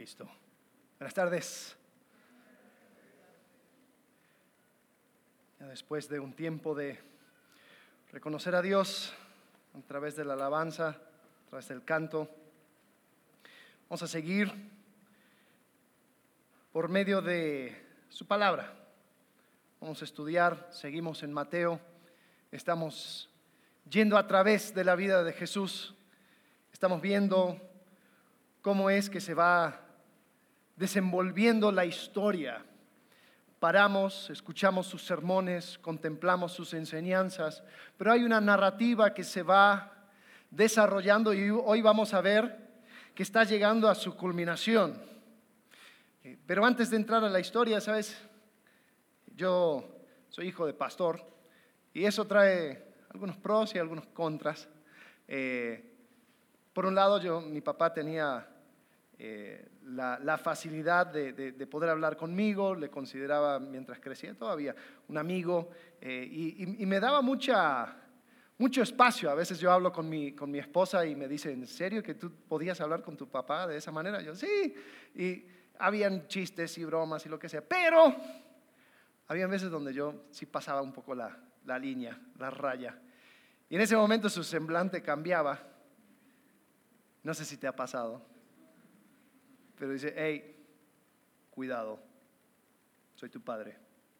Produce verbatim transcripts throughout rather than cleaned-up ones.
Listo. Buenas tardes. Ya después de un tiempo de reconocer a Dios a través de la alabanza, a través del canto, vamos a seguir por medio de su palabra. Vamos a estudiar, seguimos en Mateo, estamos yendo a través de la vida de Jesús, estamos viendo cómo es que se va desenvolviendo la historia. Paramos, escuchamos sus sermones, contemplamos sus enseñanzas, pero hay una narrativa que se va desarrollando y hoy vamos a ver que está llegando a su culminación. Pero antes de entrar a la historia, ¿sabes? Yo soy hijo de pastor y eso trae algunos pros y algunos contras. Eh, por un lado, yo, mi papá tenía eh, la, la facilidad de, de, de poder hablar conmigo, le consideraba mientras crecía todavía un amigo eh, y, y, y me daba mucha, mucho espacio. A veces yo hablo con mi, con mi esposa y me dice, ¿en serio que tú podías hablar con tu papá de esa manera? Yo, sí, y habían chistes y bromas y lo que sea, pero había veces donde yo sí pasaba un poco la, la línea, la raya. Y en ese momento su semblante cambiaba. No sé si te ha pasado, pero dice, hey, cuidado, soy tu padre.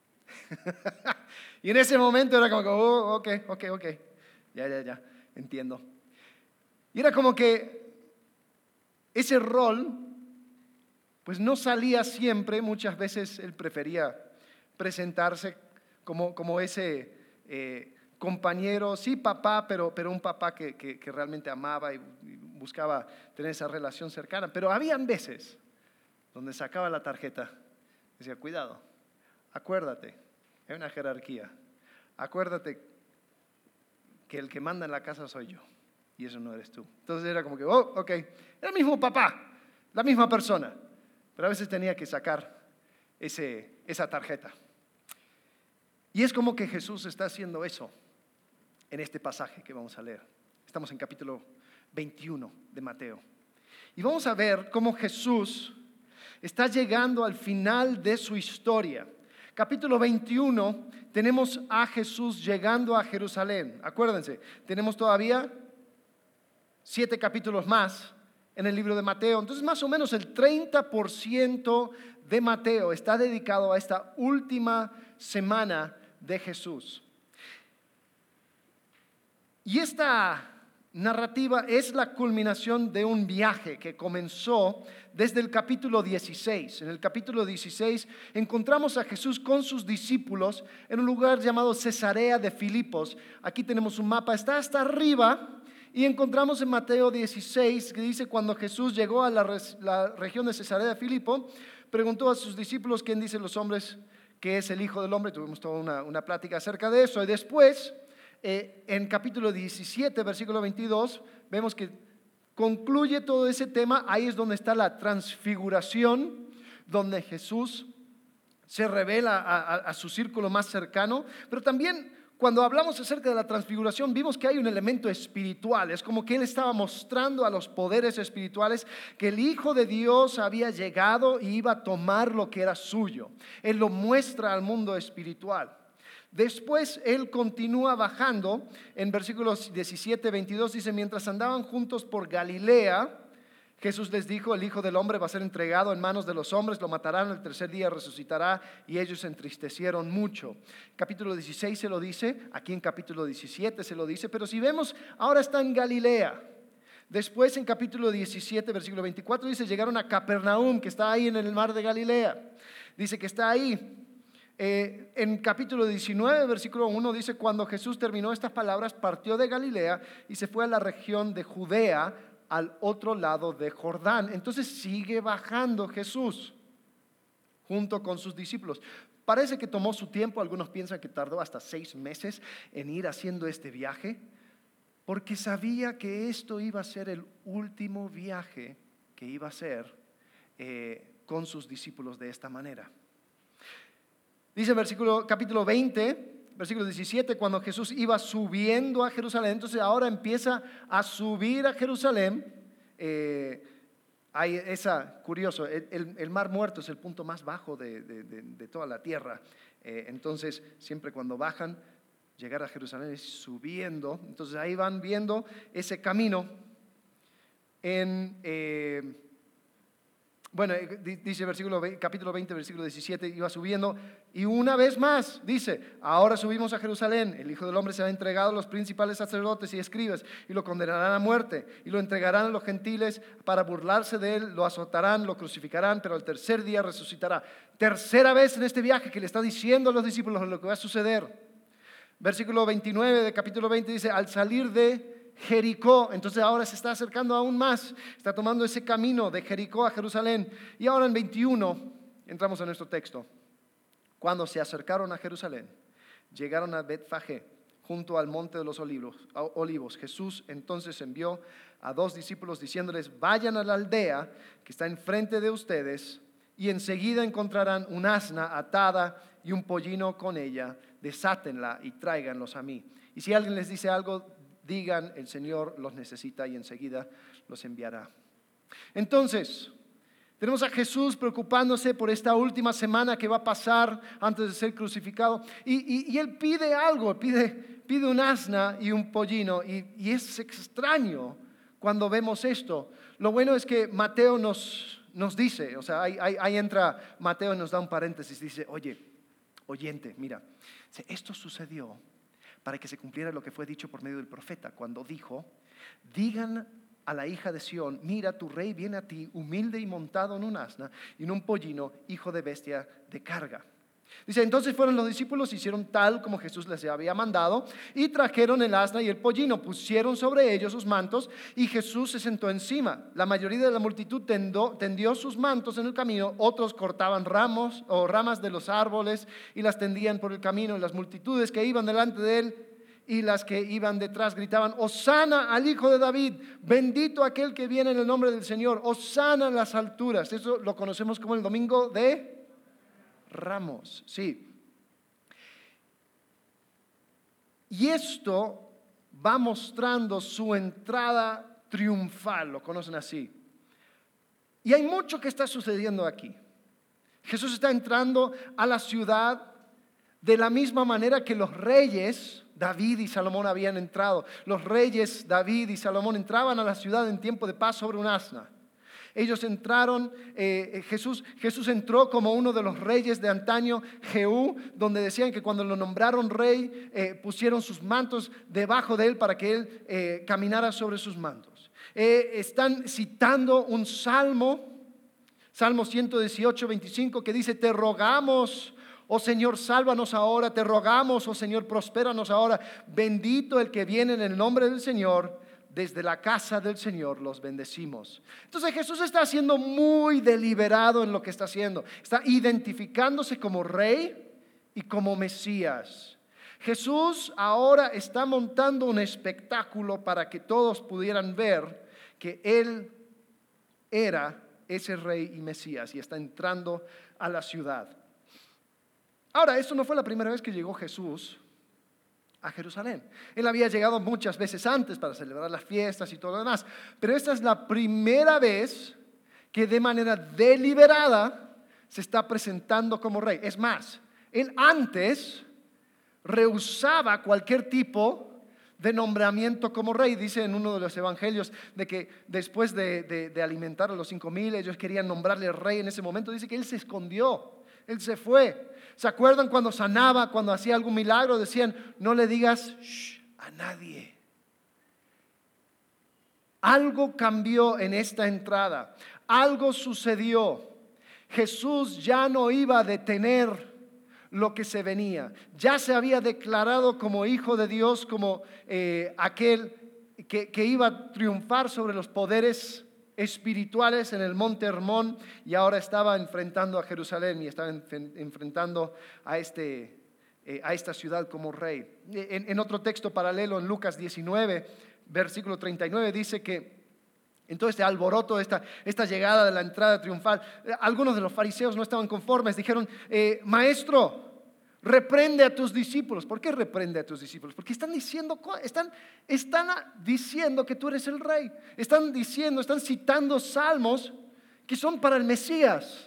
Y en ese momento era como, oh, ok, ok, ok, ya, ya, ya, entiendo. Y era como que ese rol, pues no salía siempre. Muchas veces él prefería presentarse como, como ese eh, compañero, sí papá, pero, pero un papá que, que, que realmente amaba y, y buscaba tener esa relación cercana. Pero habían veces donde sacaba la tarjeta, decía, cuidado, acuérdate, hay una jerarquía, acuérdate que el que manda en la casa soy yo y eso no eres tú. Entonces era como que, oh, ok, era el mismo papá, la misma persona, pero a veces tenía que sacar ese, esa tarjeta. Y es como que Jesús está haciendo eso en este pasaje que vamos a leer. Estamos en capítulo veintiuno de Mateo. Y vamos a ver cómo Jesús está llegando al final de su historia. Capítulo veintiuno, tenemos a Jesús llegando a Jerusalén. Acuérdense, tenemos todavía siete capítulos más en el libro de Mateo. Entonces, más o menos el treinta por ciento de Mateo está dedicado a esta última semana de Jesús. Y esta narrativa es la culminación de un viaje que comenzó desde el capítulo dieciséis. En el capítulo dieciséis encontramos a Jesús con sus discípulos en un lugar llamado Cesarea de Filipos. Aquí tenemos un mapa, está hasta arriba. Y encontramos en Mateo dieciséis que dice, cuando Jesús llegó a la, res, la región de Cesarea de Filipo, preguntó a sus discípulos, ¿quién dicen los hombres que es el Hijo del Hombre? Tuvimos toda una, una plática acerca de eso. Y después, eh, en capítulo diecisiete, versículo veintidós, vemos que concluye todo ese tema. Ahí es donde está la transfiguración, donde Jesús se revela a, a, a su círculo más cercano, pero también cuando hablamos acerca de la transfiguración, vimos que hay un elemento espiritual. Es como que Él estaba mostrando a los poderes espirituales que el Hijo de Dios había llegado y iba a tomar lo que era suyo. Él lo muestra al mundo espiritual. Después Él continúa bajando. En versículos diecisiete, veintidós dice, mientras andaban juntos por Galilea, Jesús les dijo, el Hijo del Hombre va a ser entregado en manos de los hombres, lo matarán, el tercer día resucitará, y ellos se entristecieron mucho. Capítulo dieciséis se lo dice, aquí en capítulo diecisiete se lo dice, pero si vemos, ahora está en Galilea. Después en capítulo diecisiete, versículo veinticuatro dice, llegaron a Capernaum, que está ahí en el mar de Galilea. Dice que está ahí. Eh, en capítulo diecinueve, versículo uno dice, cuando Jesús terminó estas palabras, partió de Galilea y se fue a la región de Judea, al otro lado de Jordán. Entonces sigue bajando Jesús junto con sus discípulos. Parece que tomó su tiempo. Algunos piensan que tardó hasta seis meses en ir haciendo este viaje, porque sabía que esto iba a ser el último viaje que iba a hacer eh, con sus discípulos de esta manera. Dice versículo, capítulo veinte, versículo diecisiete, cuando Jesús iba subiendo a Jerusalén. Entonces ahora empieza a subir a Jerusalén. Eh, hay esa, curioso, el, el, el Mar Muerto es el punto más bajo de, de, de, de toda la tierra. Eh, entonces, siempre cuando bajan, llegar a Jerusalén es subiendo. Entonces ahí van viendo ese camino en... Eh, Bueno, dice versículo, capítulo veinte, versículo diecisiete, iba subiendo y una vez más dice, ahora subimos a Jerusalén, el Hijo del Hombre será entregado a los principales sacerdotes y escribas y lo condenarán a muerte y lo entregarán a los gentiles para burlarse de él, lo azotarán, lo crucificarán, pero al tercer día resucitará. Tercera vez en este viaje que le está diciendo a los discípulos lo que va a suceder. Versículo veintinueve de capítulo veinte dice, al salir de Jericó, entonces ahora se está acercando aún más, está tomando ese camino de Jericó a Jerusalén. Y ahora en veintiuno, entramos a nuestro texto. Cuando se acercaron a Jerusalén, llegaron a Betfagé, junto al monte de los olivos, olivos. Jesús entonces envió a dos discípulos diciéndoles, vayan a la aldea que está enfrente de ustedes y enseguida encontrarán un asna atada y un pollino con ella, desátenla y tráiganlos a mí. Y si alguien les dice algo, digan, el Señor los necesita y enseguida los enviará. Entonces, tenemos a Jesús preocupándose por esta última semana que va a pasar antes de ser crucificado. Y, y, y Él pide algo, pide, pide un asna y un pollino. Y, y es extraño cuando vemos esto. Lo bueno es que Mateo nos, nos dice, o sea, ahí, ahí, ahí entra Mateo y nos da un paréntesis. Dice, oye, oyente, mira, esto sucedió para que se cumpliera lo que fue dicho por medio del profeta, cuando dijo, digan a la hija de Sión, mira, tu rey viene a ti, humilde y montado en un asna y en un pollino, hijo de bestia de carga. Dice, entonces fueron los discípulos, hicieron tal como Jesús les había mandado y trajeron el asna y el pollino, pusieron sobre ellos sus mantos y Jesús se sentó encima. La mayoría de la multitud tendó, tendió sus mantos en el camino, otros cortaban ramos o ramas de los árboles y las tendían por el camino. Y las multitudes que iban delante de él y las que iban detrás gritaban, Hosana al Hijo de David, bendito aquel que viene en el nombre del Señor, Hosana en las alturas. Eso lo conocemos como el domingo de Ramos, sí. Y esto va mostrando su entrada triunfal, lo conocen así. Y hay mucho que está sucediendo aquí. Jesús está entrando a la ciudad de la misma manera que los reyes David y Salomón habían entrado. Los reyes David y Salomón entraban a la ciudad en tiempo de paz sobre un asna. Ellos entraron, eh, Jesús, Jesús entró como uno de los reyes de antaño, Jehú, donde decían que cuando lo nombraron rey, eh, pusieron sus mantos debajo de él para que él eh, caminara sobre sus mantos. Eh, están citando un salmo, Salmo ciento dieciocho, veinticinco, que dice, te rogamos, oh Señor, sálvanos ahora, te rogamos, oh Señor, prospéranos ahora. Bendito el que viene en el nombre del Señor. Desde la casa del Señor los bendecimos. Entonces Jesús está siendo muy deliberado en lo que está haciendo. Está identificándose como rey y como Mesías. Jesús ahora está montando un espectáculo para que todos pudieran ver que Él era ese rey y Mesías y está entrando a la ciudad. Ahora, esto no fue la primera vez que llegó Jesús a Jerusalén. Él había llegado muchas veces antes para celebrar las fiestas y todo lo demás, pero esta es la primera vez que de manera deliberada se está presentando como rey. Es más, él antes rehusaba cualquier tipo de nombramiento como rey. Dice en uno de los evangelios de que después de, de, de alimentar a los cinco mil, ellos querían nombrarle rey en ese momento. Dice que él se escondió, él se fue. ¿Se acuerdan cuando sanaba, cuando hacía algún milagro? Decían, no le digas shh, a nadie. Algo cambió en esta entrada, algo sucedió. Jesús ya no iba a detener lo que se venía. Ya se había declarado como hijo de Dios, como eh, aquel que, que iba a triunfar sobre los poderes espirituales en el monte Hermón, y ahora estaba enfrentando a Jerusalén y estaba enfrentando a, este, eh, a esta ciudad como rey. En, en otro texto paralelo, en Lucas diecinueve, versículo treinta y nueve, dice que en todo este alboroto, esta, esta llegada de la entrada triunfal, algunos de los fariseos no estaban conformes, dijeron, eh, maestro, reprende a tus discípulos. ¿Por qué reprende a tus discípulos? Porque están diciendo, están, están diciendo que tú eres el rey. Están diciendo, están citando salmos que son para el Mesías.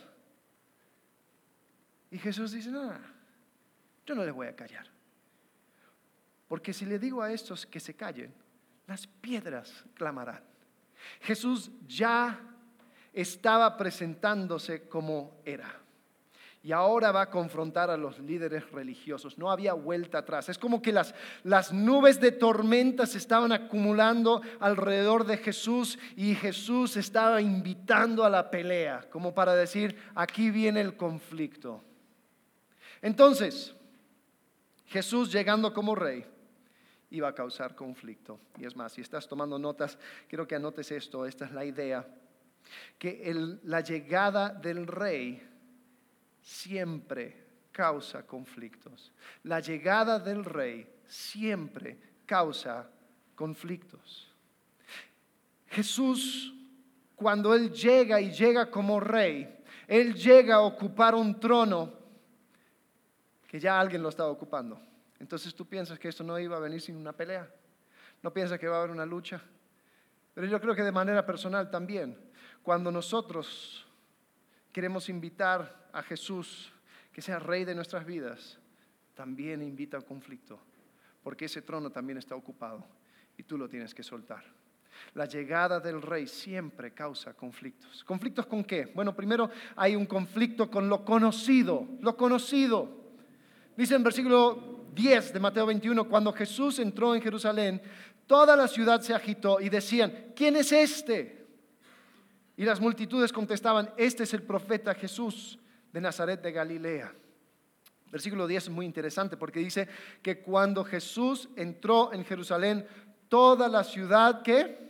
Y Jesús dice, no, yo no les voy a callar. Porque si le digo a estos que se callen, las piedras clamarán. Jesús ya estaba presentándose como era. Y ahora va a confrontar a los líderes religiosos. No había vuelta atrás. Es como que las, las nubes de tormenta se estaban acumulando alrededor de Jesús y Jesús estaba invitando a la pelea, como para decir, aquí viene el conflicto. Entonces, Jesús llegando como rey iba a causar conflicto. Y es más, si estás tomando notas, quiero que anotes esto, esta es la idea, que el, la llegada del rey siempre causa conflictos. La llegada del rey siempre causa conflictos. Jesús, cuando Él llega y llega como rey, Él llega a ocupar un trono que ya alguien lo estaba ocupando. Entonces tú piensas que esto no iba a venir sin una pelea. No piensas que va a haber una lucha. Pero yo creo que de manera personal también, cuando nosotros queremos invitar a Jesús que sea rey de nuestras vidas, también invita al conflicto, porque ese trono también está ocupado y tú lo tienes que soltar. La llegada del rey siempre causa conflictos. ¿Conflictos con qué? Bueno, primero hay un conflicto con lo conocido, lo conocido. Dice en versículo diez de Mateo veintiuno, cuando Jesús entró en Jerusalén, toda la ciudad se agitó y decían, ¿quién es este? Y las multitudes contestaban, este es el profeta Jesús de Nazaret de Galilea. Versículo diez es muy interesante porque dice que cuando Jesús entró en Jerusalén, toda la ciudad, ¿qué?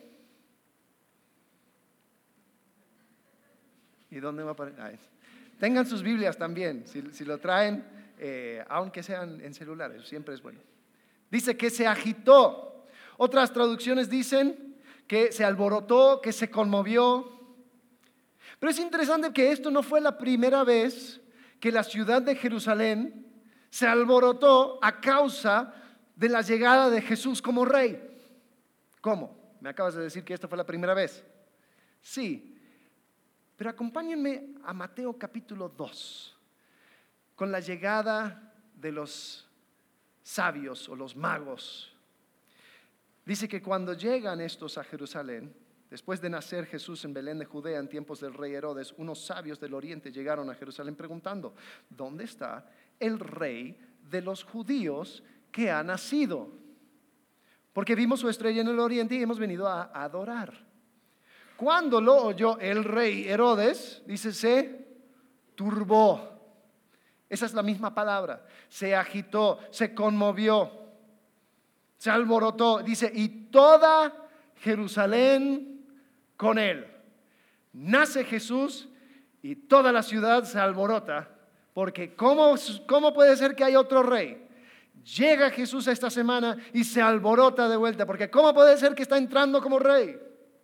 ¿Y dónde va a aparecer? Ah, tengan sus Biblias también, si, si lo traen, eh, aunque sean en celulares, siempre es bueno. Dice que se agitó. Otras traducciones dicen que se alborotó, que se conmovió. Pero es interesante que esto no fue la primera vez que la ciudad de Jerusalén se alborotó a causa de la llegada de Jesús como rey. ¿Cómo? ¿Me acabas de decir que esta fue la primera vez? Sí, pero acompáñenme a Mateo capítulo dos, con la llegada de los sabios o los magos. Dice que cuando llegan estos a Jerusalén, después de nacer Jesús en Belén de Judea en tiempos del rey Herodes, unos sabios del oriente llegaron a Jerusalén preguntando, ¿dónde está el rey de los judíos que ha nacido? Porque vimos su estrella en el oriente y hemos venido a adorar. Cuando lo oyó el rey Herodes, dice, se turbó. Esa es la misma palabra. Se agitó, se conmovió, se alborotó. Dice, y toda Jerusalén con él. Nace Jesús y toda la ciudad se alborota, porque ¿cómo, cómo puede ser que hay otro rey? Llega Jesús esta semana y se alborota de vuelta, porque ¿cómo puede ser que está entrando como rey?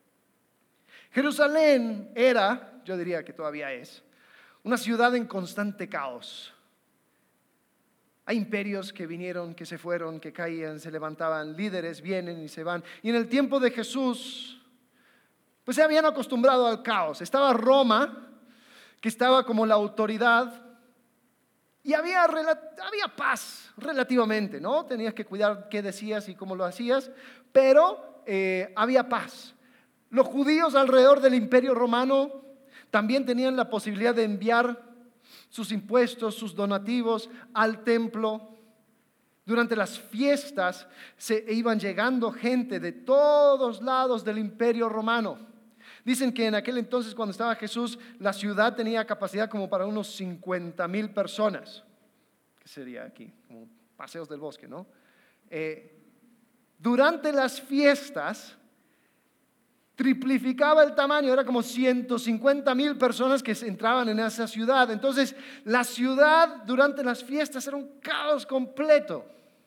Jerusalén era, yo diría que todavía es, una ciudad en constante caos. Hay imperios que vinieron, que se fueron, que caían, se levantaban, líderes vienen y se van. Y en el tiempo de Jesús, pues se habían acostumbrado al caos. Estaba Roma, que estaba como la autoridad, y había, había paz relativamente, ¿no? Tenías que cuidar qué decías y cómo lo hacías, pero eh, había paz. Los judíos alrededor del imperio romano también tenían la posibilidad de enviar sus impuestos, sus donativos al templo. Durante las fiestas se iban llegando gente de todos lados del imperio romano. Dicen que en aquel entonces, cuando estaba Jesús, la ciudad tenía capacidad como para unos cincuenta mil personas. ¿Qué sería aquí? Como paseos del bosque, ¿no? Eh, durante las fiestas triplificaba el tamaño, era como ciento cincuenta mil personas que entraban en esa ciudad. Entonces, la ciudad durante las fiestas era un caos completo.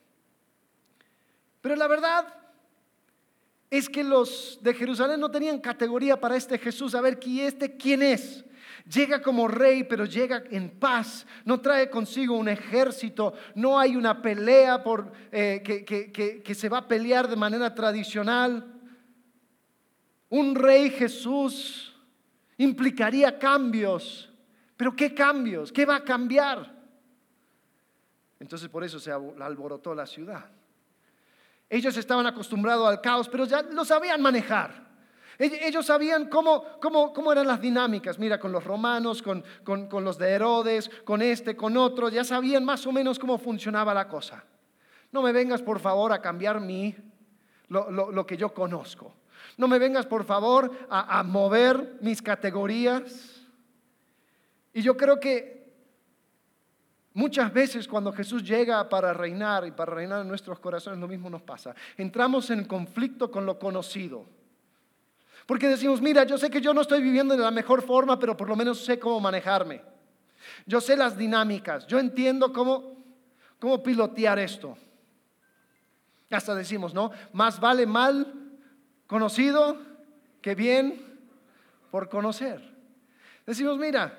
Pero la verdad es que los de Jerusalén no tenían categoría para este Jesús. A ver, ¿y este quién es? Llega como rey, pero llega en paz. No trae consigo un ejército. No hay una pelea por, eh, que, que, que, que se va a pelear de manera tradicional. Un rey Jesús implicaría cambios. ¿Pero qué cambios? ¿Qué va a cambiar? Entonces por eso se alborotó la ciudad. Ellos estaban acostumbrados al caos, pero ya lo sabían manejar. Ellos sabían cómo, cómo, cómo eran las dinámicas. Mira, con los romanos, con, con, con los de Herodes, con este, con otros, ya sabían más o menos cómo funcionaba la cosa. No me vengas por favor a cambiar mi, lo, lo, lo que yo conozco. No me vengas por favor a, a mover mis categorías. Y yo creo que muchas veces cuando Jesús llega para reinar y para reinar en nuestros corazones, lo mismo nos pasa. Entramos en conflicto con lo conocido. Porque decimos, mira, yo sé que yo no estoy viviendo de la mejor forma, pero por lo menos sé cómo manejarme. Yo sé las dinámicas, yo entiendo cómo, cómo pilotear esto. Hasta decimos, ¿no? Más vale mal conocido que bien por conocer. Decimos, mira,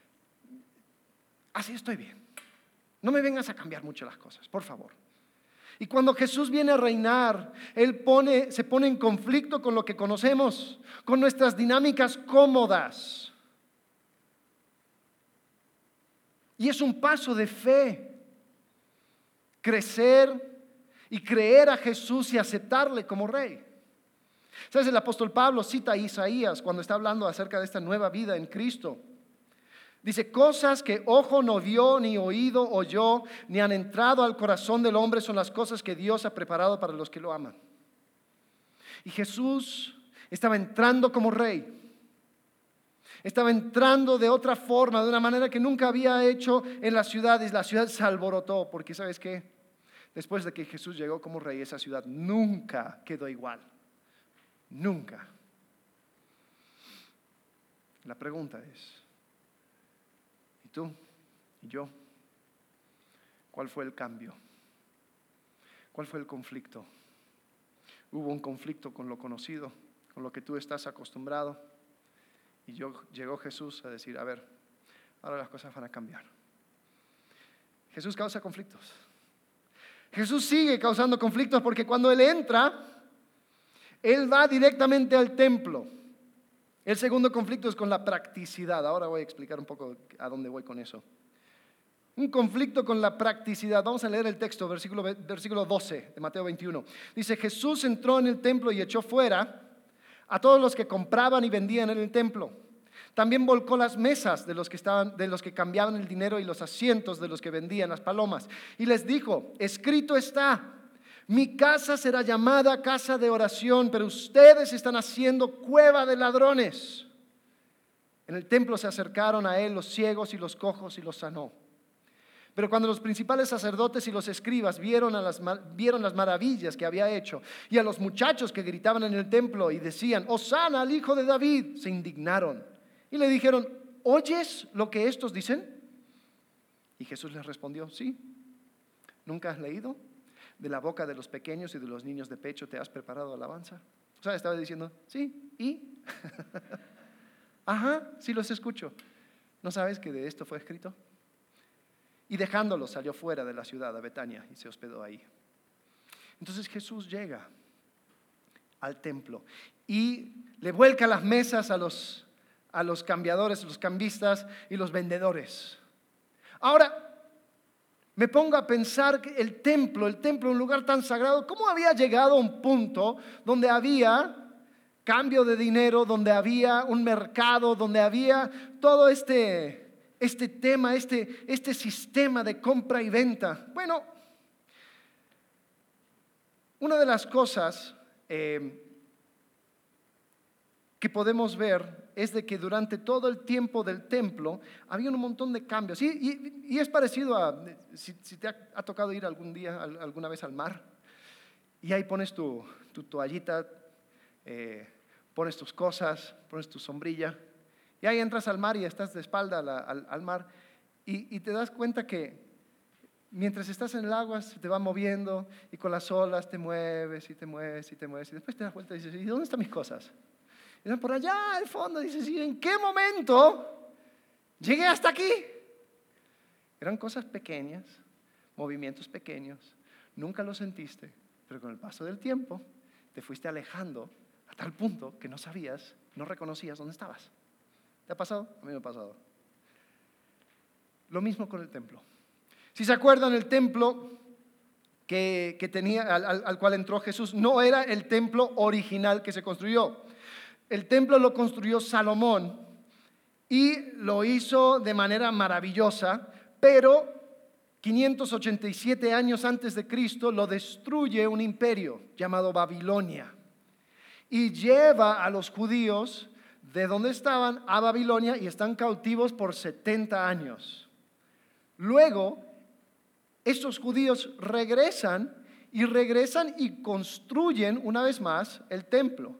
así estoy bien. No me vengas a cambiar mucho las cosas, por favor. Y cuando Jesús viene a reinar, Él pone, se pone en conflicto con lo que conocemos, con nuestras dinámicas cómodas. Y es un paso de fe, crecer y creer a Jesús y aceptarle como Rey. ¿Sabes? El apóstol Pablo cita a Isaías cuando está hablando acerca de esta nueva vida en Cristo. Dice, cosas que ojo no vio, ni oído oyó, ni han entrado al corazón del hombre son las cosas que Dios ha preparado para los que lo aman. Y Jesús estaba entrando como Rey. Estaba entrando de otra forma, de una manera que nunca había hecho en la ciudad. Y la ciudad se alborotó, porque ¿sabes qué? Después de que Jesús llegó como Rey, esa ciudad nunca quedó igual. Nunca. La pregunta es, tú y yo, ¿cuál fue el cambio? ¿Cuál fue el conflicto? Hubo un conflicto con lo conocido, con lo que tú estás acostumbrado. Y yo, llegó Jesús a decir, a ver, ahora las cosas van a cambiar. Jesús causa conflictos. Jesús sigue causando conflictos porque cuando Él entra, Él va directamente al templo. El segundo conflicto es con la practicidad. Ahora voy a explicar un poco a dónde voy con eso. Un conflicto con la practicidad. Vamos a leer el texto, versículo, versículo doce de Mateo veintiuno. Dice, Jesús entró en el templo y echó fuera a todos los que compraban y vendían en el templo. También volcó las mesas de los que estaban, de los que cambiaban el dinero y los asientos de los que vendían las palomas. Y les dijo, escrito está, mi casa será llamada casa de oración, pero ustedes están haciendo cueva de ladrones. En el templo se acercaron a Él los ciegos y los cojos y los sanó. Pero cuando los principales sacerdotes y los escribas vieron, a las, vieron las maravillas que había hecho y a los muchachos que gritaban en el templo y decían, Hosana al hijo de David, se indignaron y le dijeron, ¿oyes lo que estos dicen? Y Jesús les respondió, sí. ¿Nunca has leído? De la boca de los pequeños y de los niños de pecho te has preparado alabanza. O sea, estaba diciendo, sí, ¿y? Ajá, sí los escucho. ¿No sabes que de esto fue escrito? Y dejándolo salió fuera de la ciudad a Betania y se hospedó ahí. Entonces Jesús llega al templo y le vuelca las mesas a los, a los cambiadores, los cambistas y los vendedores. Ahora, me pongo a pensar que el templo, el templo, un lugar tan sagrado, ¿cómo había llegado a un punto donde había cambio de dinero, donde había un mercado, donde había todo este, este tema, este, este sistema de compra y venta? Bueno, una de las cosas eh, que podemos ver es de que durante todo el tiempo del templo había un montón de cambios. Y, y, y es parecido a, si, si te ha, ha tocado ir algún día, alguna vez al mar, y ahí pones tu, tu toallita, eh, pones tus cosas, pones tu sombrilla, y ahí entras al mar y estás de espalda al, al, al mar, y, y te das cuenta que mientras estás en el agua se te va moviendo, y con las olas te mueves y te mueves y te mueves, y después te das vuelta y dices, ¿y dónde están mis cosas? Y por allá al fondo dices, ¿y en qué momento llegué hasta aquí? Eran cosas pequeñas, movimientos pequeños, nunca lo sentiste, pero con el paso del tiempo te fuiste alejando a tal punto que no sabías, no reconocías dónde estabas. ¿Te ha pasado? A mí me ha pasado. Lo mismo con el templo. Si se acuerdan, el templo que, que tenía, al, al, al cual entró Jesús no era el templo original que se construyó. El templo lo construyó Salomón y lo hizo de manera maravillosa, pero quinientos ochenta y siete años antes de Cristo lo destruye un imperio llamado Babilonia y lleva a los judíos de donde estaban a Babilonia y están cautivos por setenta años. Luego, estos judíos regresan y regresan y construyen una vez más el templo.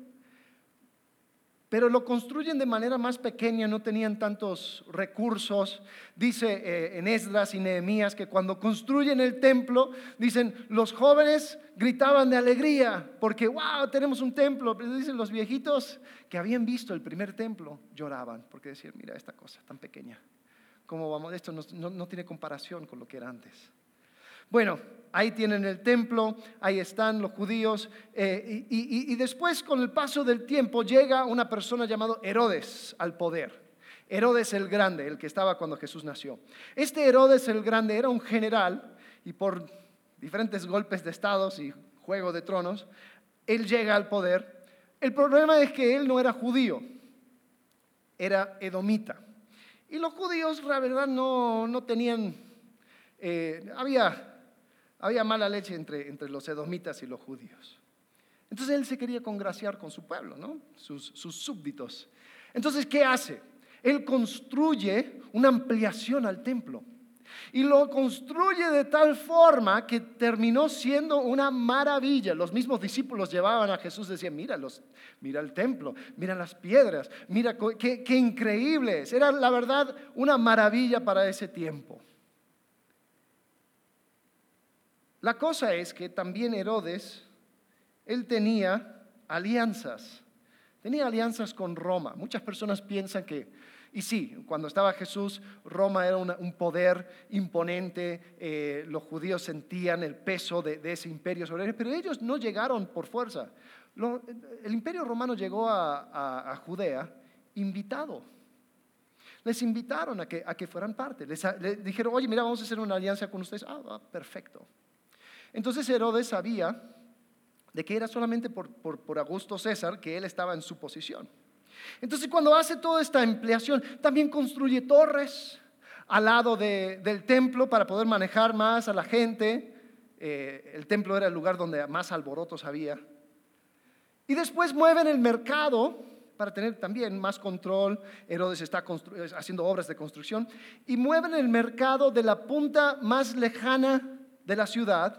Pero lo construyen de manera más pequeña, no tenían tantos recursos. Dice eh, en Esdras y Nehemías que cuando construyen el templo, dicen, los jóvenes gritaban de alegría porque, wow, tenemos un templo. Pero dicen los viejitos que habían visto el primer templo, lloraban porque decían, mira esta cosa tan pequeña, ¿cómo vamos? Esto no, no, no tiene comparación con lo que era antes. Bueno, ahí tienen el templo, ahí están los judíos, eh, y, y, y después con el paso del tiempo llega una persona llamada Herodes al poder. Herodes el Grande, el que estaba cuando Jesús nació. Este Herodes el Grande era un general y por diferentes golpes de estados y juego de tronos, él llega al poder. El problema es que él no era judío, era edomita. Y los judíos, la verdad, no, no tenían, eh, había... Había mala leche entre, entre los edomitas y los judíos. Entonces él se quería congraciar con su pueblo, ¿no? sus, sus súbditos. Entonces, ¿qué hace? Él construye una ampliación al templo. Y lo construye de tal forma que terminó siendo una maravilla. Los mismos discípulos llevaban a Jesús y decían, mira, los, mira el templo, mira las piedras, mira qué, qué increíble es. Era la verdad una maravilla para ese tiempo. La cosa es que también Herodes, él tenía alianzas, tenía alianzas con Roma. Muchas personas piensan que, y sí, cuando estaba Jesús, Roma era una, un poder imponente, eh, los judíos sentían el peso de, de ese imperio sobre ellos, pero ellos no llegaron por fuerza. Lo, el imperio romano llegó a, a, a Judea invitado. Les invitaron a que, a que fueran parte. Les, les dijeron, oye, mira, vamos a hacer una alianza con ustedes. Ah, ah perfecto. Entonces Herodes sabía de que era solamente por, por, por Augusto César que él estaba en su posición. Entonces cuando hace toda esta ampliación, también construye torres al lado de, del templo para poder manejar más a la gente. Eh, el templo era el lugar donde más alborotos había. Y después mueven el mercado para tener también más control. Herodes está haciendo obras de construcción y mueven el mercado de la punta más lejana de la ciudad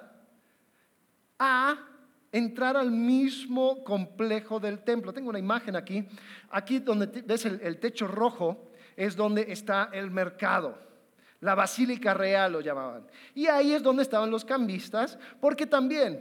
a entrar al mismo complejo del templo. Tengo una imagen aquí. Aquí donde ves el, el techo rojo es donde está el mercado. La Basílica Real lo llamaban. Y ahí es donde estaban los cambistas, porque también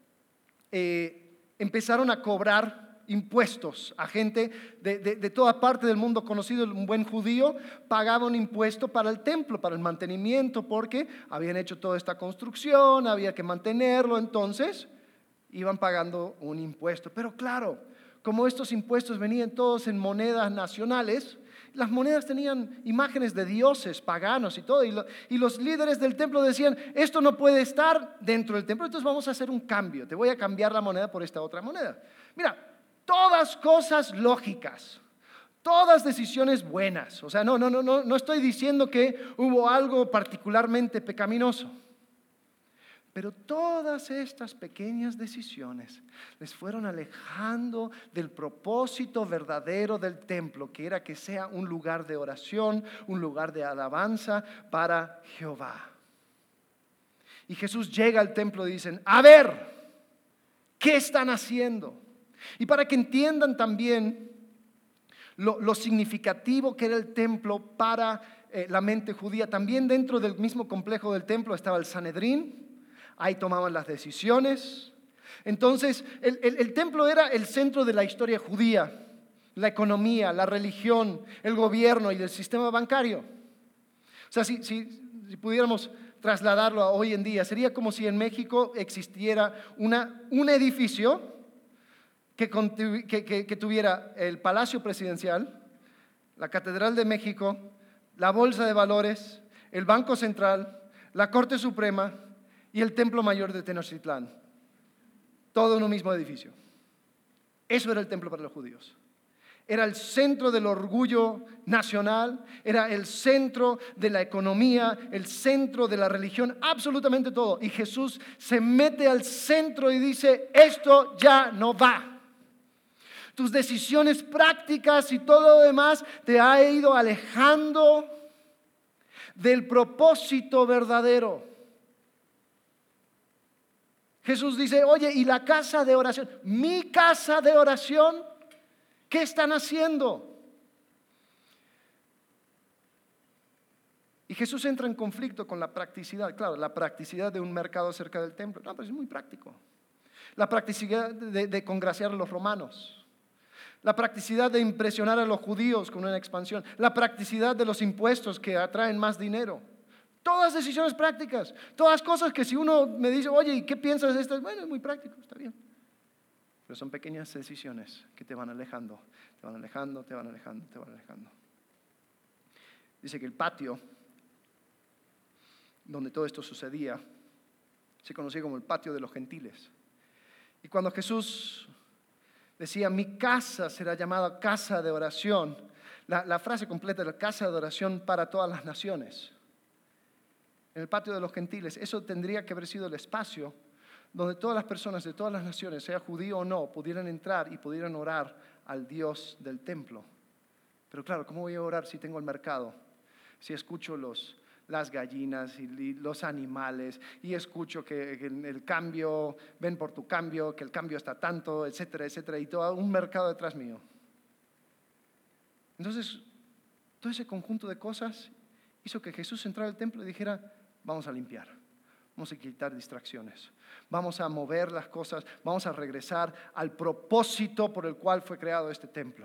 eh, empezaron a cobrar impuestos a gente de, de, de toda parte del mundo conocido. Un buen judío pagaba un impuesto para el templo, para el mantenimiento, porque habían hecho toda esta construcción, había que mantenerlo, entonces iban pagando un impuesto. Pero claro, como estos impuestos venían todos en monedas nacionales, las monedas tenían imágenes de dioses paganos y todo, y, lo, y los líderes del templo decían, esto no puede estar dentro del templo, entonces vamos a hacer un cambio, te voy a cambiar la moneda por esta otra moneda. Mira, todas cosas lógicas, todas decisiones buenas. O sea, no, no, no, no, no estoy diciendo que hubo algo particularmente pecaminoso. Pero todas estas pequeñas decisiones les fueron alejando del propósito verdadero del templo, que era que sea un lugar de oración, un lugar de alabanza para Jehová. Y Jesús llega al templo y dicen, a ver, ¿qué están haciendo? Y para que entiendan también lo, lo significativo que era el templo para eh, la mente judía, también dentro del mismo complejo del templo estaba el Sanedrín. Ahí tomaban las decisiones. Entonces, el, el, el templo era el centro de la historia judía, la economía, la religión, el gobierno y el sistema bancario. O sea, si, si, si pudiéramos trasladarlo a hoy en día, sería como si en México existiera una, un edificio que, que, que, que tuviera el Palacio Presidencial, la Catedral de México, la Bolsa de Valores, el Banco Central, la Corte Suprema y el Templo Mayor de Tenochtitlán. Todo en un mismo edificio. Eso era el templo para los judíos. Era el centro del orgullo nacional, era el centro de la economía, el centro de la religión, absolutamente todo. Y Jesús se mete al centro y dice, esto ya no va. Tus decisiones prácticas y todo lo demás te ha ido alejando del propósito verdadero. Jesús dice, oye, ¿y la casa de oración? Mi casa de oración, ¿qué están haciendo? Y Jesús entra en conflicto con la practicidad. Claro, la practicidad de un mercado cerca del templo. No, pero es muy práctico. La practicidad de, de congraciar a los romanos. La practicidad de impresionar a los judíos con una expansión. La practicidad de los impuestos que atraen más dinero. Todas decisiones prácticas. Todas cosas que si uno me dice, oye, ¿y qué piensas de esto? Bueno, es muy práctico, está bien. Pero son pequeñas decisiones que te van alejando, te van alejando, te van alejando, te van alejando. Dice que el patio donde todo esto sucedía se conocía como el patio de los gentiles. Y cuando Jesús decía, mi casa será llamada casa de oración, la, la frase completa era casa de oración para todas las naciones. En el patio de los gentiles, eso tendría que haber sido el espacio donde todas las personas de todas las naciones, sea judío o no, pudieran entrar y pudieran orar al Dios del templo. Pero claro, ¿cómo voy a orar si tengo el mercado? Si escucho los, las gallinas y los animales y escucho que, que el cambio, ven por tu cambio, que el cambio está tanto, etcétera, etcétera, y todo un mercado detrás mío. Entonces, todo ese conjunto de cosas hizo que Jesús entrara al templo y dijera, vamos a limpiar. Vamos a quitar distracciones. Vamos a mover las cosas. Vamos a regresar al propósito por el cual fue creado este templo.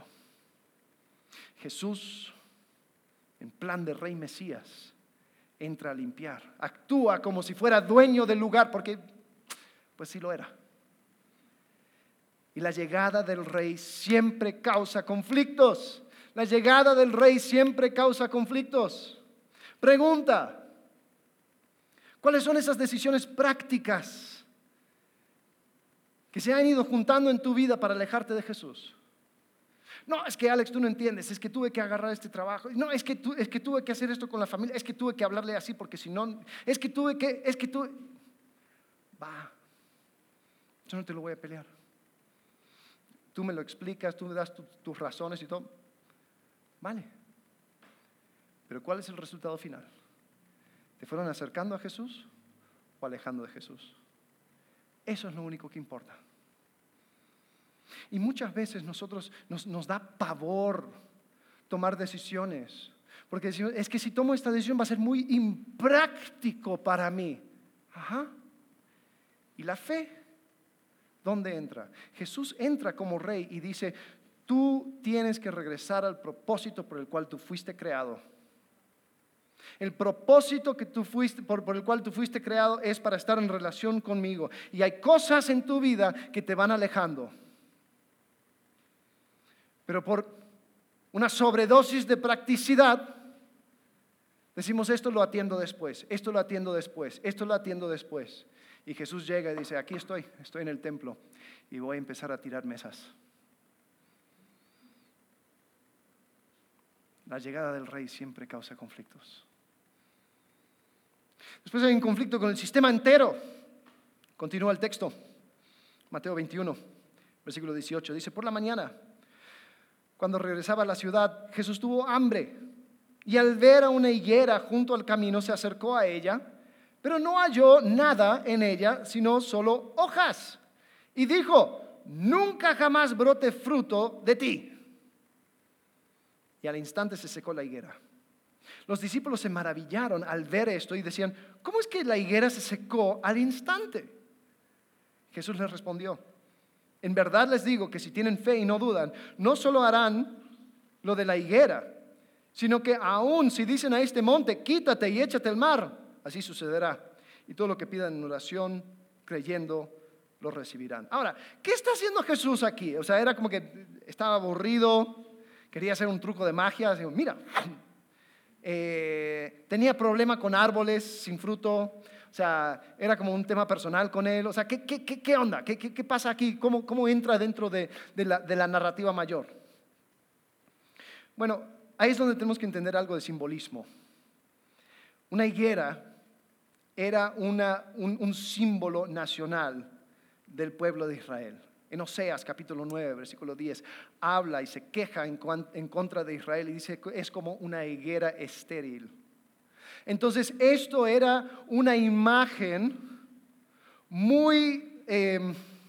Jesús, en plan de rey Mesías, entra a limpiar. Actúa como si fuera dueño del lugar, porque pues sí lo era. Y la llegada del rey siempre causa conflictos. La llegada del rey siempre causa conflictos. Pregunta. ¿Cuáles son esas decisiones prácticas que se han ido juntando en tu vida para alejarte de Jesús? No, es que Alex, tú no entiendes, es que tuve que agarrar este trabajo. No, es que, tu, es que tuve que hacer esto con la familia, es que tuve que hablarle así porque si no, es que tuve que, es que tuve... Va, yo no te lo voy a pelear. Tú me lo explicas, tú me das tu, tus razones y todo. Vale. Pero ¿cuál es el resultado final? ¿Te fueron acercando a Jesús o alejando de Jesús? Eso es lo único que importa. Y muchas veces nosotros nos, nos da pavor tomar decisiones, porque decimos, es que si tomo esta decisión va a ser muy impráctico para mí. Ajá. ¿Y la fe? ¿Dónde entra? Jesús entra como rey y dice, tú tienes que regresar al propósito por el cual tú fuiste creado. El propósito que tú fuiste, por, por el cual tú fuiste creado es para estar en relación conmigo. Y hay cosas en tu vida que te van alejando. Pero por una sobredosis de practicidad, decimos esto lo atiendo después, esto lo atiendo después, esto lo atiendo después. Y Jesús llega y dice, aquí estoy, estoy en el templo y voy a empezar a tirar mesas. La llegada del rey siempre causa conflictos. Después hay un conflicto con el sistema entero. Continúa el texto. Mateo veintiuno, versículo dieciocho. Dice, por la mañana, cuando regresaba a la ciudad, Jesús tuvo hambre. Y al ver a una higuera junto al camino, se acercó a ella, pero no halló nada en ella, sino solo hojas. Y dijo, nunca jamás brote fruto de ti. Y al instante se secó la higuera. Los discípulos se maravillaron al ver esto y decían, ¿cómo es que la higuera se secó al instante? Jesús les respondió, en verdad les digo que si tienen fe y no dudan, no solo harán lo de la higuera, sino que aún si dicen a este monte, quítate y échate al mar, así sucederá. Y todo lo que pidan en oración, creyendo, lo recibirán. Ahora, ¿qué está haciendo Jesús aquí? O sea, era como que estaba aburrido, quería hacer un truco de magia, digo, mira, eh, tenía problema con árboles sin fruto, o sea, era como un tema personal con él, o sea, ¿qué, qué, qué, qué onda? ¿Qué, qué, qué pasa aquí? ¿Cómo, cómo entra dentro de, de, la, de la narrativa mayor? Bueno, ahí es donde tenemos que entender algo de simbolismo. Una higuera era una, un, un símbolo nacional del pueblo de Israel. En Oseas capítulo nueve, versículo diez, habla y se queja en, en contra de Israel y dice que es como una higuera estéril. Entonces esto era una imagen muy, eh,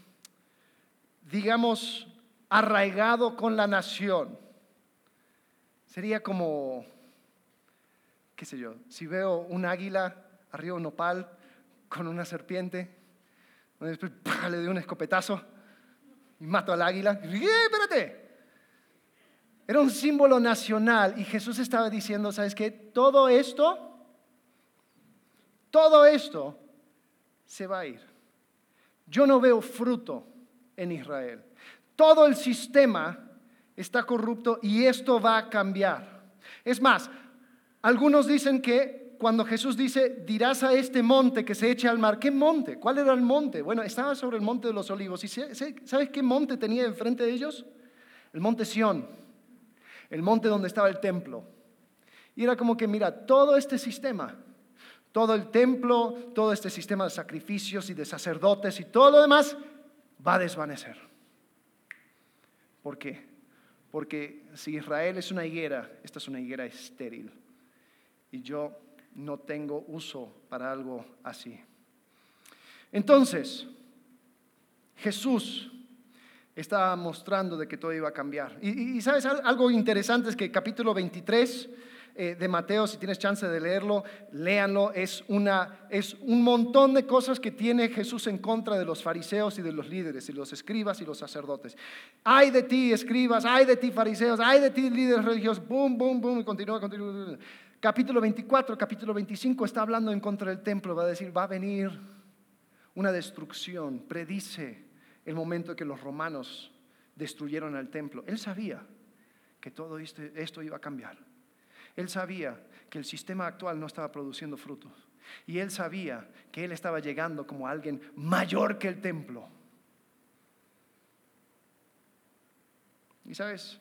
digamos, arraigado con la nación. Sería como, qué sé yo, si veo un águila arriba de un nopal con una serpiente, después ¡pah!, le doy un escopetazo y mato al águila. ¡Eh, espérate! Era un símbolo nacional y Jesús estaba diciendo, ¿sabes qué? Todo esto, todo esto se va a ir. Yo no veo fruto en Israel. Todo el sistema está corrupto y esto va a cambiar. Es más, algunos dicen que cuando Jesús dice, dirás a este monte que se eche al mar, ¿qué monte? ¿Cuál era el monte? Bueno, estaba sobre el monte de los olivos. ¿Y sabes qué monte tenía enfrente de ellos? El monte Sión, el monte donde estaba el templo. Y era como que, mira, todo este sistema, todo el templo, todo este sistema de sacrificios y de sacerdotes y todo lo demás va a desvanecer. ¿Por qué? Porque si Israel es una higuera, esta es una higuera estéril. Y yo no tengo uso para algo así. Entonces, Jesús estaba mostrando de que todo iba a cambiar. Y, y, y sabes, algo interesante es que capítulo veintitrés eh, de Mateo, si tienes chance de leerlo, léanlo. Es, una, es un montón de cosas que tiene Jesús en contra de los fariseos y de los líderes, y los escribas y los sacerdotes. Ay de ti, escribas, ay de ti, fariseos, ay de ti, líderes religiosos, boom, boom, boom, y continúa, continúa. Capítulo veinticuatro, capítulo veinticinco está hablando en contra del templo, va a decir, va a venir una destrucción, predice el momento que los romanos destruyeron el templo. Él sabía que todo este, esto iba a cambiar. Él sabía que el sistema actual no estaba produciendo frutos. Y él sabía que él estaba llegando como alguien mayor que el templo. Y sabes,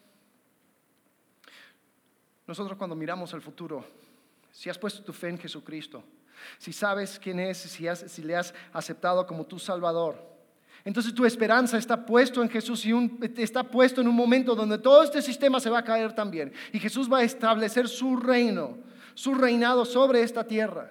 nosotros cuando miramos al futuro, si has puesto tu fe en Jesucristo, si sabes quién es, si, has, si le has aceptado como tu Salvador, entonces tu esperanza está puesto en Jesús y un, está puesto en un momento donde todo este sistema se va a caer también. Y Jesús va a establecer su reino, su reinado sobre esta tierra.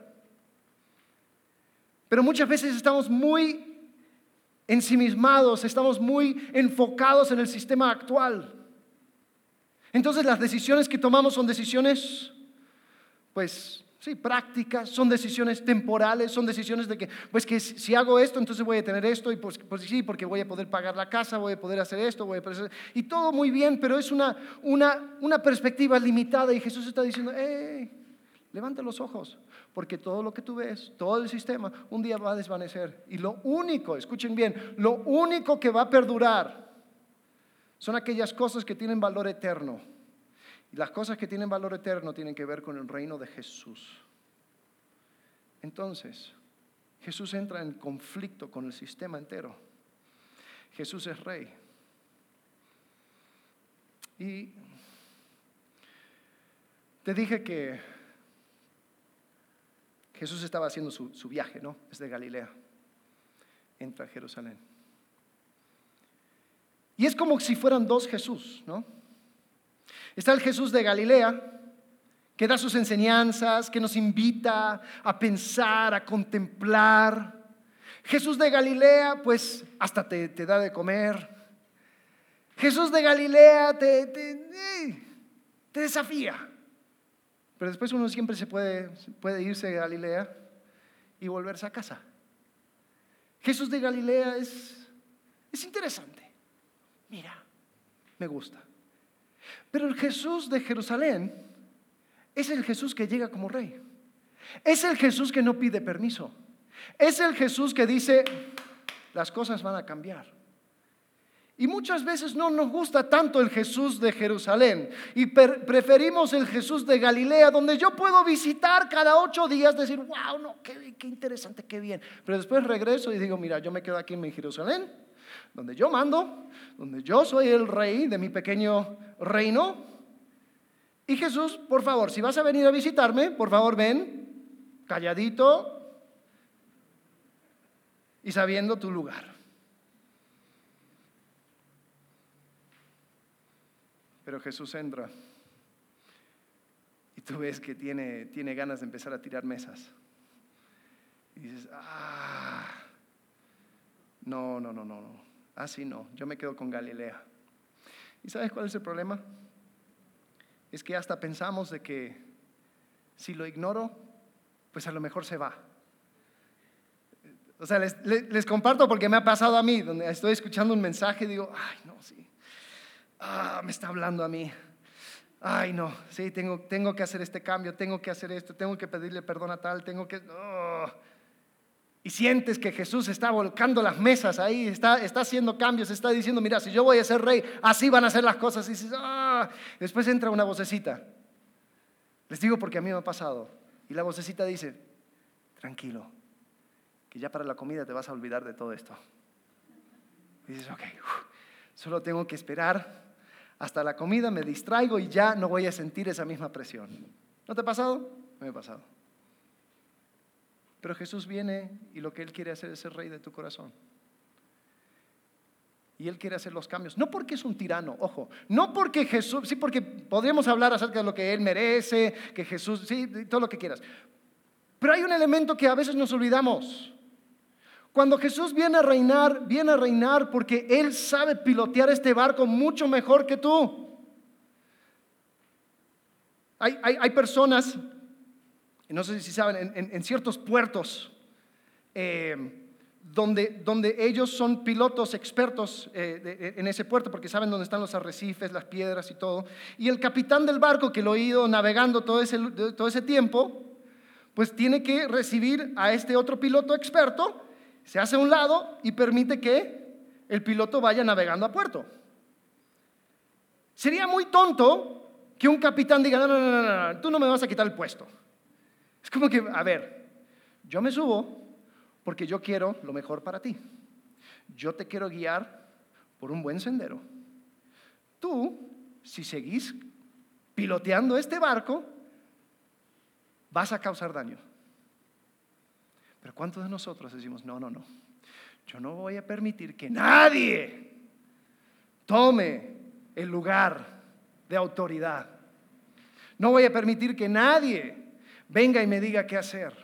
Pero muchas veces estamos muy ensimismados, estamos muy enfocados en el sistema actual. Entonces las decisiones que tomamos son decisiones, pues sí, prácticas, son decisiones temporales, son decisiones de que, pues que si hago esto, entonces voy a tener esto, y pues, pues sí, porque voy a poder pagar la casa, voy a poder hacer esto, voy a poder hacer, y todo muy bien, pero es una, una, una perspectiva limitada y Jesús está diciendo, hey, levanta los ojos, porque todo lo que tú ves, todo el sistema, un día va a desvanecer. Y lo único, escuchen bien, lo único que va a perdurar son aquellas cosas que tienen valor eterno. Y las cosas que tienen valor eterno tienen que ver con el reino de Jesús. Entonces, Jesús entra en conflicto con el sistema entero. Jesús es rey. Y te dije que Jesús estaba haciendo su, su viaje, ¿no? Desde Galilea. Entra a Jerusalén. Y es como si fueran dos Jesús, ¿no? Está el Jesús de Galilea, que da sus enseñanzas, que nos invita a pensar, a contemplar. Jesús de Galilea, pues hasta te, te da de comer. Jesús de Galilea te, te, te desafía. Pero después uno siempre se puede, puede irse de Galilea y volverse a casa. Jesús de Galilea es, es interesante. Mira, me gusta. Pero el Jesús de Jerusalén es el Jesús que llega como rey. Es el Jesús que no pide permiso. Es el Jesús que dice, las cosas van a cambiar. Y muchas veces no nos gusta tanto el Jesús de Jerusalén y per- preferimos el Jesús de Galilea, donde yo puedo visitar cada ocho días, decir, wow, no, qué, qué interesante, qué bien. Pero después regreso y digo, mira, yo me quedo aquí en mi Jerusalén, donde yo mando, donde yo soy el rey de mi pequeño reino. Y Jesús, por favor, si vas a venir a visitarme, por favor ven calladito y sabiendo tu lugar. Pero Jesús entra y tú ves que tiene, tiene ganas de empezar a tirar mesas. Y dices, ah, no, no, no, no, no, así no, yo me quedo con Galilea. ¿Y sabes cuál es el problema? Es que hasta pensamos de que si lo ignoro, pues a lo mejor se va. O sea, les, les, les comparto porque me ha pasado a mí, donde estoy escuchando un mensaje y digo, ay, no, sí. Ah, me está hablando a mí. Ay, no, sí, tengo, tengo que hacer este cambio, tengo que hacer esto, tengo que pedirle perdón a tal, tengo que... Oh. Y sientes que Jesús está volcando las mesas ahí, está, está haciendo cambios, está diciendo, mira, si yo voy a ser rey, así van a ser las cosas. Y dices, ah. Después entra una vocecita. Les digo porque a mí me ha pasado. Y la vocecita dice, tranquilo, que ya para la comida te vas a olvidar de todo esto. Y dices, ok, uf, solo tengo que esperar hasta la comida, me distraigo y ya no voy a sentir esa misma presión. ¿No te ha pasado? Me ha pasado. Pero Jesús viene y lo que Él quiere hacer es ser rey de tu corazón. Y Él quiere hacer los cambios. No porque es un tirano, ojo. No porque Jesús, sí, porque podríamos hablar acerca de lo que Él merece, que Jesús, sí, todo lo que quieras. Pero hay un elemento que a veces nos olvidamos. Cuando Jesús viene a reinar, viene a reinar porque Él sabe pilotear este barco mucho mejor que tú. Hay, hay, hay personas, no sé si saben, en, en, en ciertos puertos eh, donde, donde ellos son pilotos expertos eh, de, en ese puerto porque saben dónde están los arrecifes, las piedras y todo. Y el capitán del barco que lo ha ido navegando todo ese, todo ese tiempo, pues tiene que recibir a este otro piloto experto. Se hace a un lado y permite que el piloto vaya navegando a puerto. Sería muy tonto que un capitán diga, no, no, no, no, no, tú no me vas a quitar el puesto. Es como que, a ver, yo me subo porque yo quiero lo mejor para ti. Yo te quiero guiar por un buen sendero. Tú, si seguís piloteando este barco, vas a causar daño. Pero ¿cuántos de nosotros decimos, no, no, no, yo no voy a permitir que nadie tome el lugar de autoridad? No voy a permitir que nadie venga y me diga qué hacer.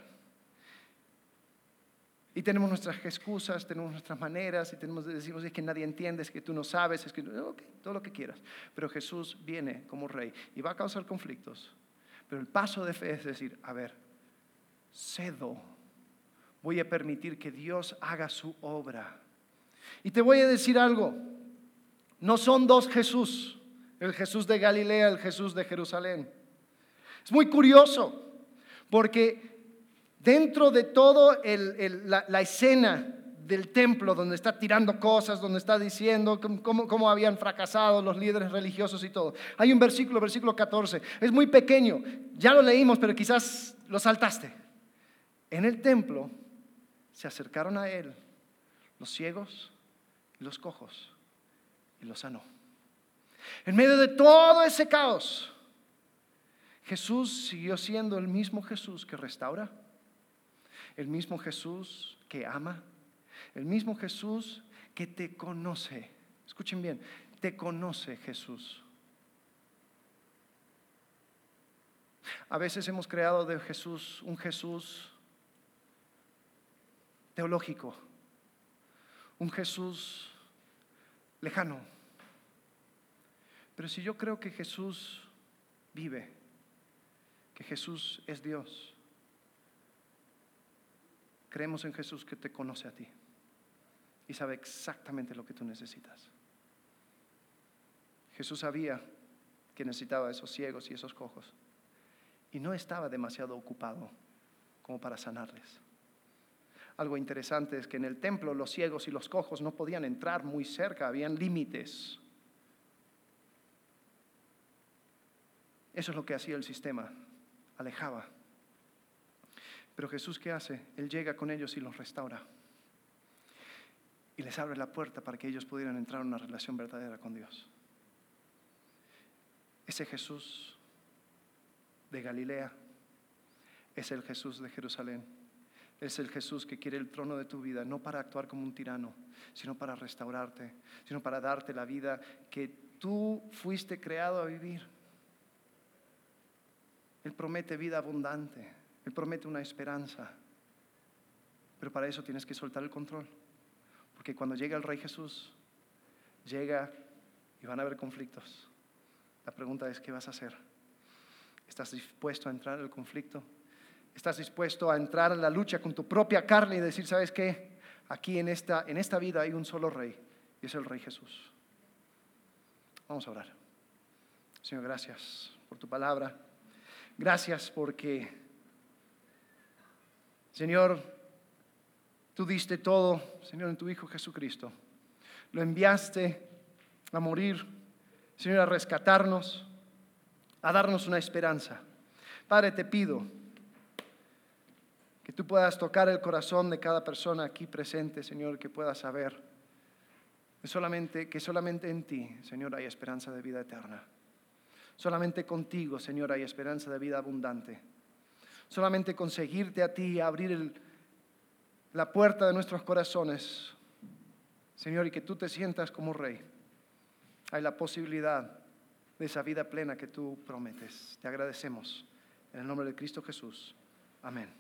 Y tenemos nuestras excusas, tenemos nuestras maneras, y tenemos, decimos, es que nadie entiende, es que tú no sabes, es que, ok, todo lo que quieras. Pero Jesús viene como rey y va a causar conflictos. Pero el paso de fe es decir, a ver, cedo. Voy a permitir que Dios haga su obra. Y te voy a decir algo. No son dos Jesús. El Jesús de Galilea, el Jesús de Jerusalén. Es muy curioso. Porque dentro de todo el, el, la, la escena del templo, donde está tirando cosas, donde está diciendo cómo, cómo habían fracasado los líderes religiosos y todo, hay un versículo, versículo catorce. Es muy pequeño. Ya lo leímos, pero quizás lo saltaste. En el templo se acercaron a Él los ciegos y los cojos y los sanó. En medio de todo ese caos, Jesús siguió siendo el mismo Jesús que restaura, el mismo Jesús que ama, el mismo Jesús que te conoce. Escuchen bien, te conoce Jesús. A veces hemos creado de Jesús un Jesús teológico, un Jesús lejano. Pero si yo creo que Jesús vive, que Jesús es Dios, creemos en Jesús que te conoce a ti y sabe exactamente lo que tú necesitas. Jesús sabía que necesitaba a esos ciegos y esos cojos y no estaba demasiado ocupado como para sanarles. Algo interesante es que en el templo los ciegos y los cojos no podían entrar muy cerca, habían límites. Eso es lo que hacía el sistema, alejaba. Pero Jesús, ¿qué hace? Él llega con ellos y los restaura. Y les abre la puerta para que ellos pudieran entrar en una relación verdadera con Dios. Ese Jesús de Galilea es el Jesús de Jerusalén. Es el Jesús que quiere el trono de tu vida, no para actuar como un tirano, sino para restaurarte, sino para darte la vida que tú fuiste creado a vivir. Él promete vida abundante, Él promete una esperanza, pero para eso tienes que soltar el control, porque cuando llega el Rey Jesús, llega y van a haber conflictos. La pregunta es, ¿qué vas a hacer? ¿Estás dispuesto a entrar en el conflicto? ¿Estás dispuesto a entrar en la lucha con tu propia carne y decir, ¿sabes qué? Aquí en esta, en esta vida hay un solo Rey, y es el Rey Jesús. Vamos a orar. Señor, gracias por tu palabra. Gracias porque, Señor, tú diste todo, Señor, en tu Hijo Jesucristo. Lo enviaste a morir, Señor, a rescatarnos, a darnos una esperanza. Padre, te pido que tú puedas tocar el corazón de cada persona aquí presente, Señor, que pueda saber que solamente, que solamente en ti, Señor, hay esperanza de vida eterna. Solamente contigo, Señor, hay esperanza de vida abundante. Solamente con seguirte a ti, abrir el, la puerta de nuestros corazones, Señor, y que tú te sientas como Rey, hay la posibilidad de esa vida plena que tú prometes. Te agradecemos. En el nombre de Cristo Jesús. Amén.